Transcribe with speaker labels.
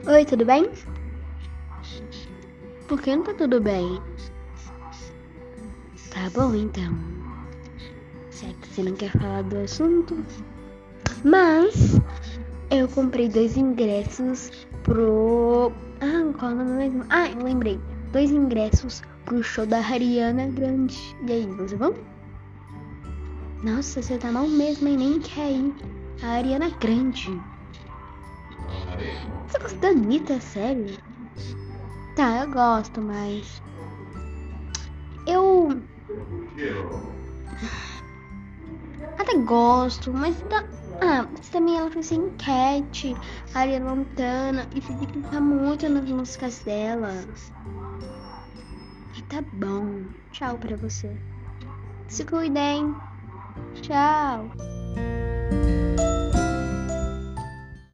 Speaker 1: Oi, tudo bem? Por que não tá tudo bem? Tá bom, então. Se é que você não quer falar do assunto. Mas eu comprei 2 ingressos pro... qual é o nome mesmo? Eu lembrei. 2 ingressos pro show da Ariana Grande. E aí, você vão? Nossa, você tá mal mesmo, hein? Nem quer ir. A Ariana Grande. Você gosta da Anitta, sério? Tá, eu gosto, mas... Eu até gosto, mas mas também ela fez enquete, a Ariana Montana, e fiz clicar muito nas músicas dela. E tá bom. Tchau pra você. Se cuidem. Tchau.